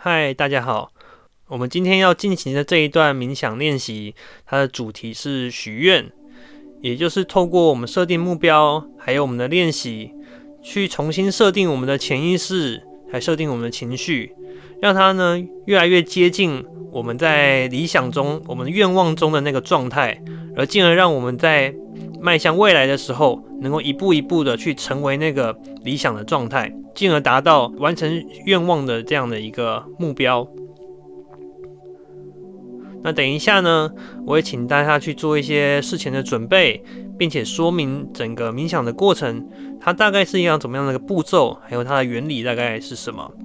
嗨，大家好。我们今天要进行的这一段冥想练习，它的主题是许愿，也就是透过我们设定目标，还有我们的练习，去重新设定我们的潜意识，还设定我们的情绪，让它呢越来越接近我们在理想中、我们愿望中的那个状态，而进而让我们在迈向未来的时候，能够一步一步的去成为那个理想的状态，进而达到完成愿望的这样的一个目标。那等一下呢，我会请大家去做一些事前的准备，并且说明整个冥想的过程，它大概是一样怎么样的一个步骤，还有它的原理大概是什么。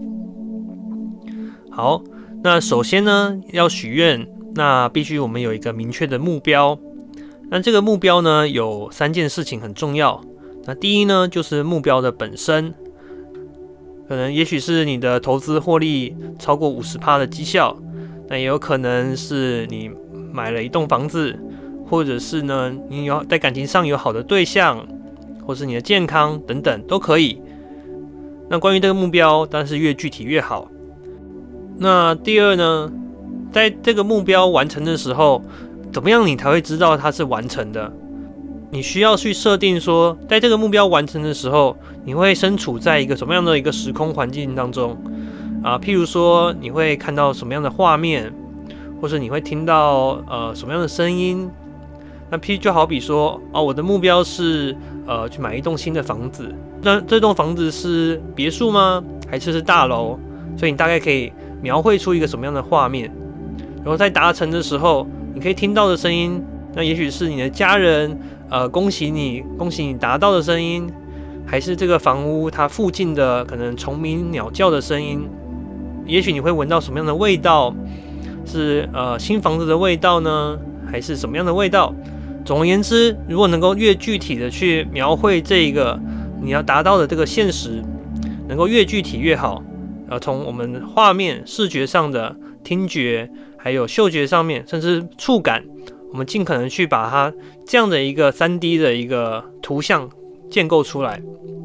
好，那首先呢，要许愿，那必须我们有一个明确的目标。那这个目标呢，有3件事情很重要。那第一呢，就是目标的本身，可能也许是你的投资获利超过 50% 的绩效，那也有可能是你买了一栋房子，或者是呢，你有在感情上有好的对象，或是你的健康等等都可以。那关于这个目标，当然是越具体越好。那第二呢，在这个目标完成的时候，怎么样你才会知道它是完成的？你需要去设定说，在这个目标完成的时候，你会身处在一个什么样的一个时空环境当中譬如说你会看到什么样的画面，或是你会听到什么样的声音。那就好比说我的目标是去买一栋新的房子，那这栋房子是别墅吗？还是大楼？所以你大概可以描绘出一个什么样的画面，然后在达成的时候，你可以听到的声音，那也许是你的家人恭喜你达到的声音，还是这个房屋它附近的可能虫鸣鸟叫的声音。也许你会闻到什么样的味道，是新房子的味道呢，还是什么样的味道？总而言之，如果能够越具体的去描绘这个你要达到的这个现实，能够越具体越好。从我们画面视觉上的听觉，还有嗅觉上面，甚至触感，我们尽可能去把它这样的一个 3D 的一个图像建构出来。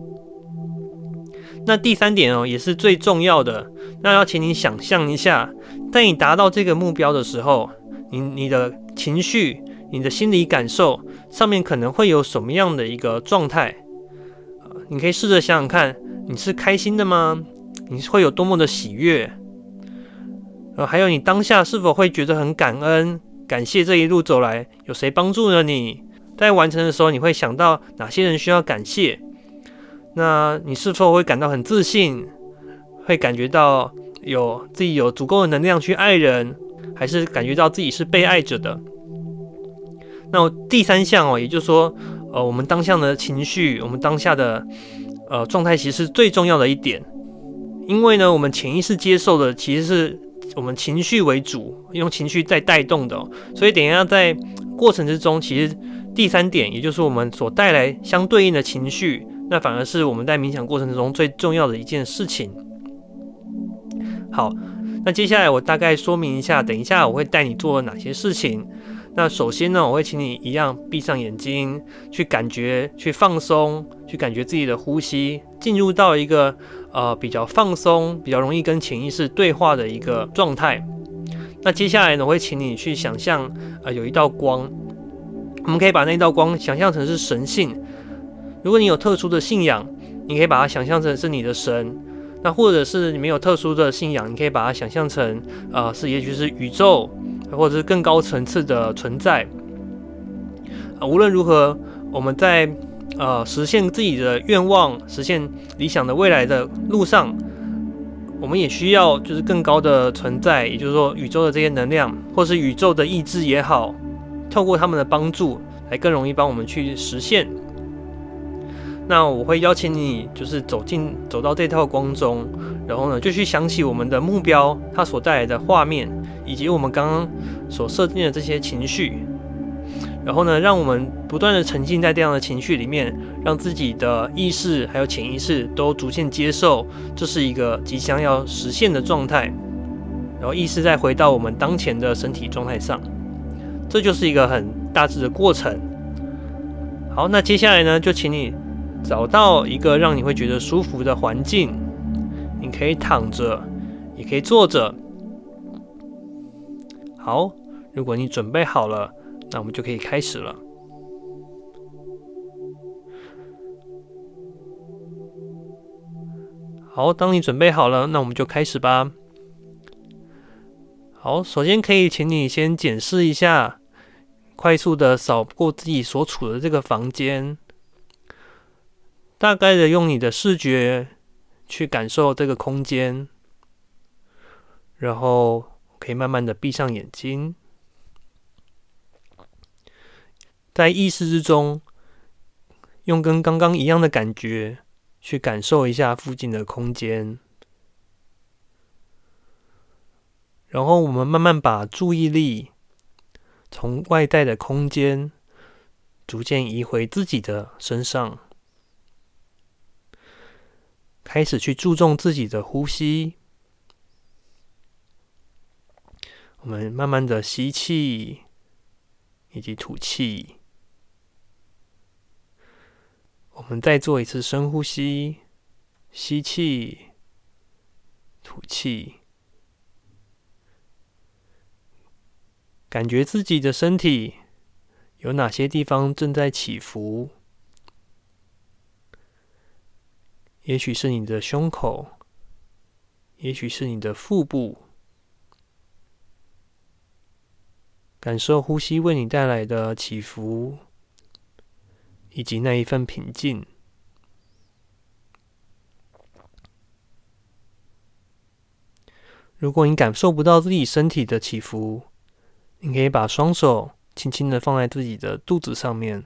那第3点也是最重要的，那要请你想象一下，在你达到这个目标的时候，你的情绪、你的心理感受上面可能会有什么样的一个状态？你可以试着想想看，你是开心的吗？你会有多么的喜悦？还有你当下是否会觉得很感恩、感谢这一路走来有谁帮助了你？在完成的时候，你会想到哪些人需要感谢？那你是否会感到很自信？会感觉到自己有足够的能量去爱人，还是感觉到自己是被爱着的？那第3项也就是说，我们当下的情绪，我们当下的状态，其实是最重要的一点。因为呢，我们潜意识接受的其实是我们情绪为主，用情绪在带动的所以等一下在过程之中，其实第3点，也就是我们所带来相对应的情绪，那反而是我们在冥想过程之中最重要的一件事情。好，那接下来我大概说明一下，等一下我会带你做哪些事情。那首先呢，我会请你一样闭上眼睛，去感觉，去放松，去感觉自己的呼吸，进入到一个比较放松、比较容易跟潜意识对话的一个状态。那接下来呢，我会请你去想象有一道光，我们可以把那道光想象成是神性。如果你有特殊的信仰，你可以把它想象成是你的神。那或者是你没有特殊的信仰，你可以把它想象成也许是宇宙，或者是更高层次的存在。无论如何，我们在实现自己的愿望、实现理想的未来的路上，我们也需要就是更高的存在，也就是说宇宙的这些能量，或是宇宙的意志也好，透过他们的帮助，来更容易帮我们去实现。那我会邀请你，就是走到这套光中，然后呢，就去想起我们的目标，它所带来的画面，以及我们刚刚所设定的这些情绪。然后呢，让我们不断的沉浸在这样的情绪里面，让自己的意识还有潜意识都逐渐接受这是一个即将要实现的状态，然后意识再回到我们当前的身体状态上。这就是一个很大致的过程。好，那接下来呢，就请你找到一个让你会觉得舒服的环境，你可以躺着， 也可以坐着。好，如果你准备好了，那我们就可以开始了。好，当你准备好了，那我们就开始吧。好，首先可以请你先检视一下，快速的扫过自己所处的这个房间，大概的用你的视觉去感受这个空间，然后可以慢慢的闭上眼睛，在意识之中，用跟刚刚一样的感觉去感受一下附近的空间，然后我们慢慢把注意力从外在的空间逐渐移回自己的身上，开始去注重自己的呼吸。我们慢慢的吸气以及吐气。我们再做一次深呼吸，吸气，吐气。感觉自己的身体有哪些地方正在起伏？也许是你的胸口，也许是你的腹部。感受呼吸为你带来的起伏，以及那一份平静。如果你感受不到自己身体的起伏，你可以把双手轻轻的放在自己的肚子上面，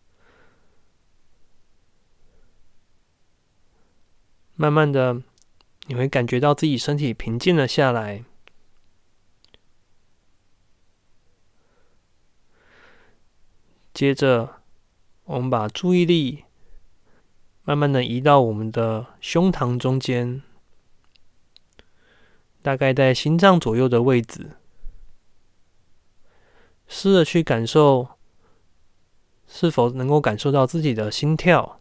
慢慢的你会感觉到自己身体平静了下来。接着我们把注意力慢慢的移到我们的胸膛中间，大概在心脏左右的位置，试着去感受是否能够感受到自己的心跳。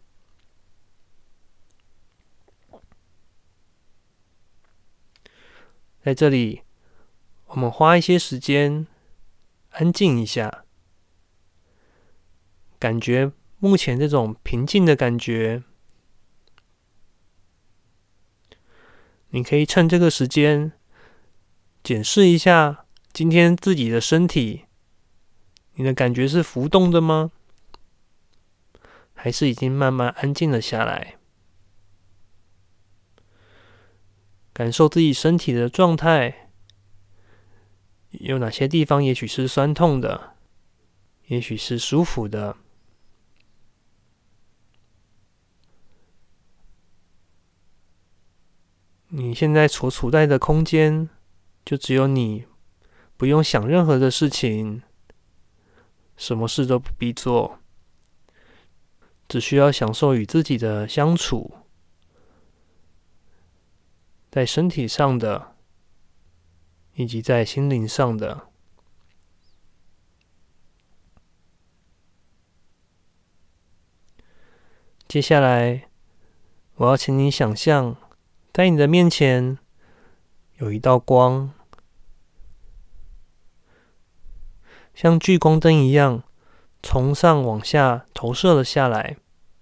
在这里我们花一些时间安静一下，感觉目前这种平静的感觉。你可以趁这个时间检视一下今天自己的身体，你的感觉是浮动的吗？还是已经慢慢安静了下来？感受自己身体的状态，有哪些地方也许是酸痛的，也许是舒服的。你现在所处在的空间，就只有你，不用想任何的事情，什么事都不必做，只需要享受与自己的相处，在身体上的，以及在心灵上的。接下来，我要请你想象，在你的面前有一道光，像聚光灯一样，从上往下投射了下来。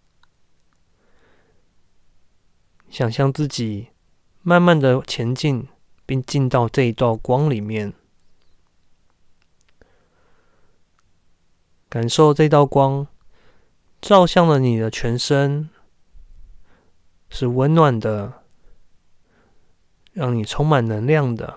想象自己慢慢的前进，并进到这一道光里面，感受这道光照向了你的全身，是温暖的，让你充满能量的。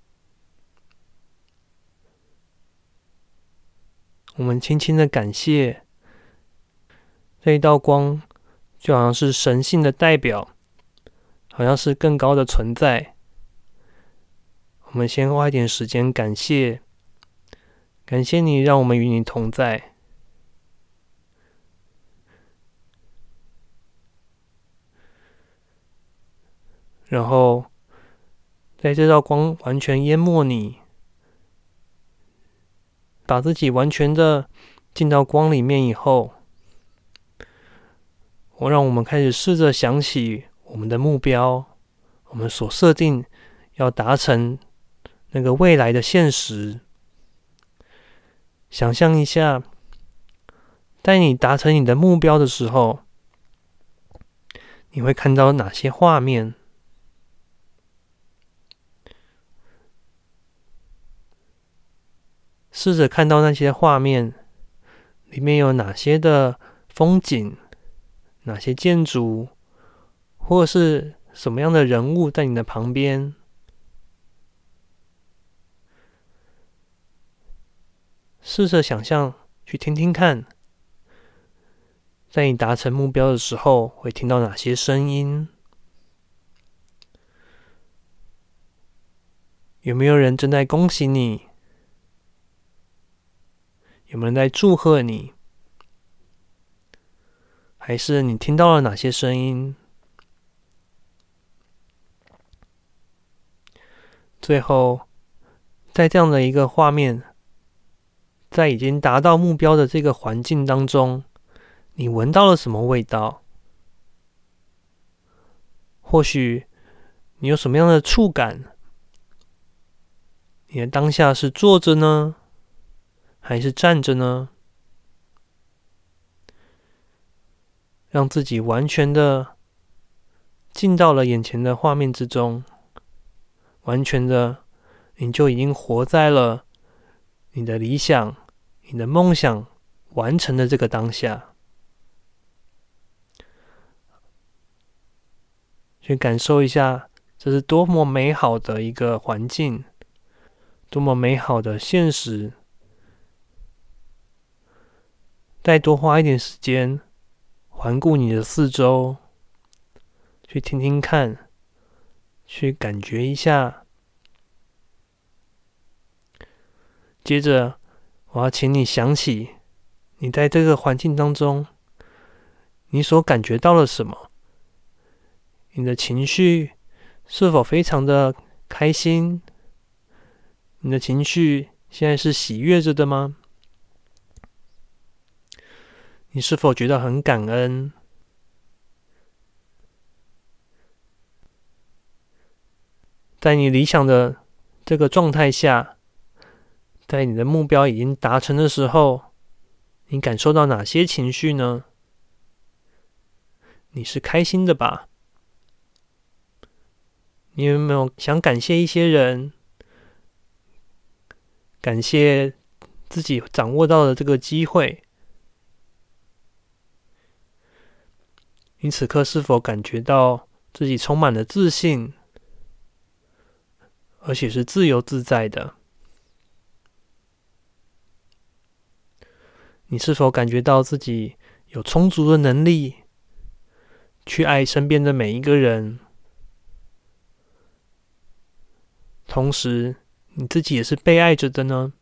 我们轻轻的感谢这一道光，就好像是神性的代表，好像是更高的存在。我们先花一点时间感谢你，让我们与你同在。然后在这道光完全淹没你，把自己完全的进到光里面以后，让我们开始试着想起我们的目标，我们所设定要达成那个未来的现实。想象一下，在你达成你的目标的时候，你会看到哪些画面？试着看到那些画面里面有哪些的风景，哪些建筑，或是什么样的人物在你的旁边。试着想象，去听听看，在你达成目标的时候会听到哪些声音？有没有人正在恭喜你？有没有人在祝贺你？还是你听到了哪些声音？最后，在这样的一个画面，在已经达到目标的这个环境当中，你闻到了什么味道？或许你有什么样的触感？你的当下是坐着呢，还是站着呢？让自己完全的进到了眼前的画面之中，完全的，你就已经活在了你的理想、你的梦想完成的这个当下。去感受一下，这是多么美好的一个环境，多么美好的现实。再多花一点时间环顾你的四周，去听听看，去感觉一下。接着，我要请你想起，你在这个环境当中，你所感觉到了什么？你的情绪是否非常的开心？你的情绪现在是喜悦着的吗？你是否觉得很感恩？在你理想的这个状态下，在你的目标已经达成的时候，你感受到哪些情绪呢？你是开心的吧？你有没有想感谢一些人？感谢自己掌握到的这个机会？你此刻是否感觉到自己充满了自信，而且是自由自在的？你是否感觉到自己有充足的能力去爱身边的每一个人？同时，你自己也是被爱着的呢？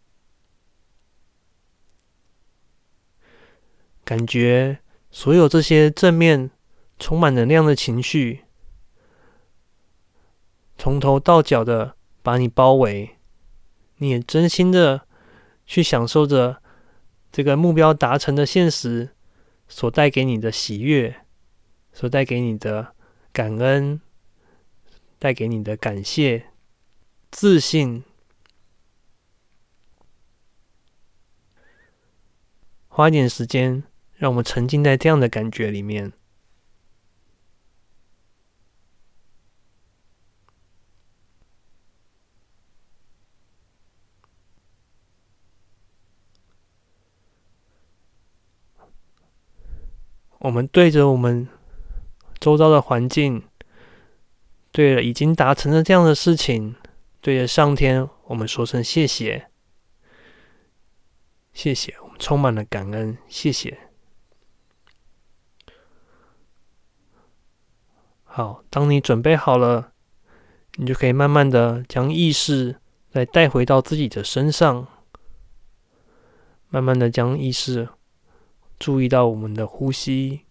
感觉所有这些正面、充满能量的情绪，从头到脚的把你包围，你也真心的去享受着这个目标达成的现实所带给你的喜悦，所带给你的感恩，带给你的感谢、自信。花一点时间，让我们沉浸在这样的感觉里面。我们对着我们周遭的环境，对了已经达成了这样的事情，对着上天，我们说声谢谢，谢谢，我们充满了感恩，谢谢。好，当你准备好了，你就可以慢慢的将意识再带回到自己的身上，慢慢的将意识注意到我们的呼吸。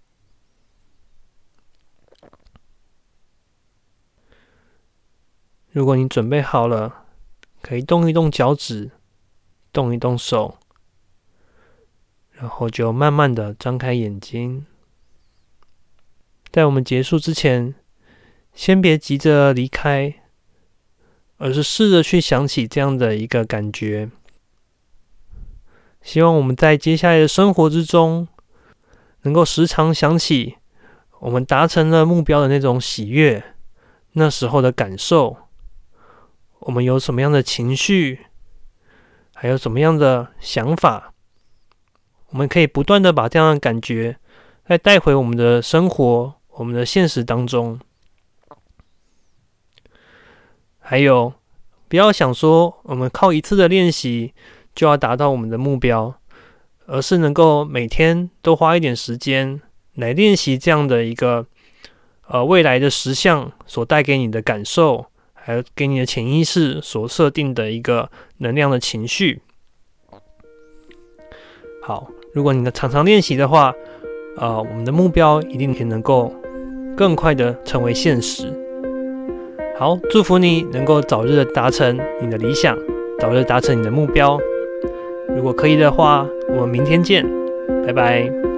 如果你准备好了，可以动一动脚趾，动一动手，然后就慢慢的张开眼睛。在我们结束之前，先别急着离开， 而是试着去想起这样的一个感觉。希望我们在接下来的生活之中，能够时常想起我们达成了目标的那种喜悦，那时候的感受，我们有什么样的情绪，还有什么样的想法，我们可以不断的把这样的感觉再带回我们的生活，我们的现实当中。还有，不要想说我们靠一次的练习就要达到我们的目标，而是能够每天都花一点时间来练习这样的一个未来的实相所带给你的感受，还有给你的潜意识所设定的一个能量的情绪。好，如果你常常练习的话，我们的目标一定能够更快的成为现实。好，祝福你能够早日的达成你的理想，早日达成你的目标。如果可以的话，我们明天见，拜拜。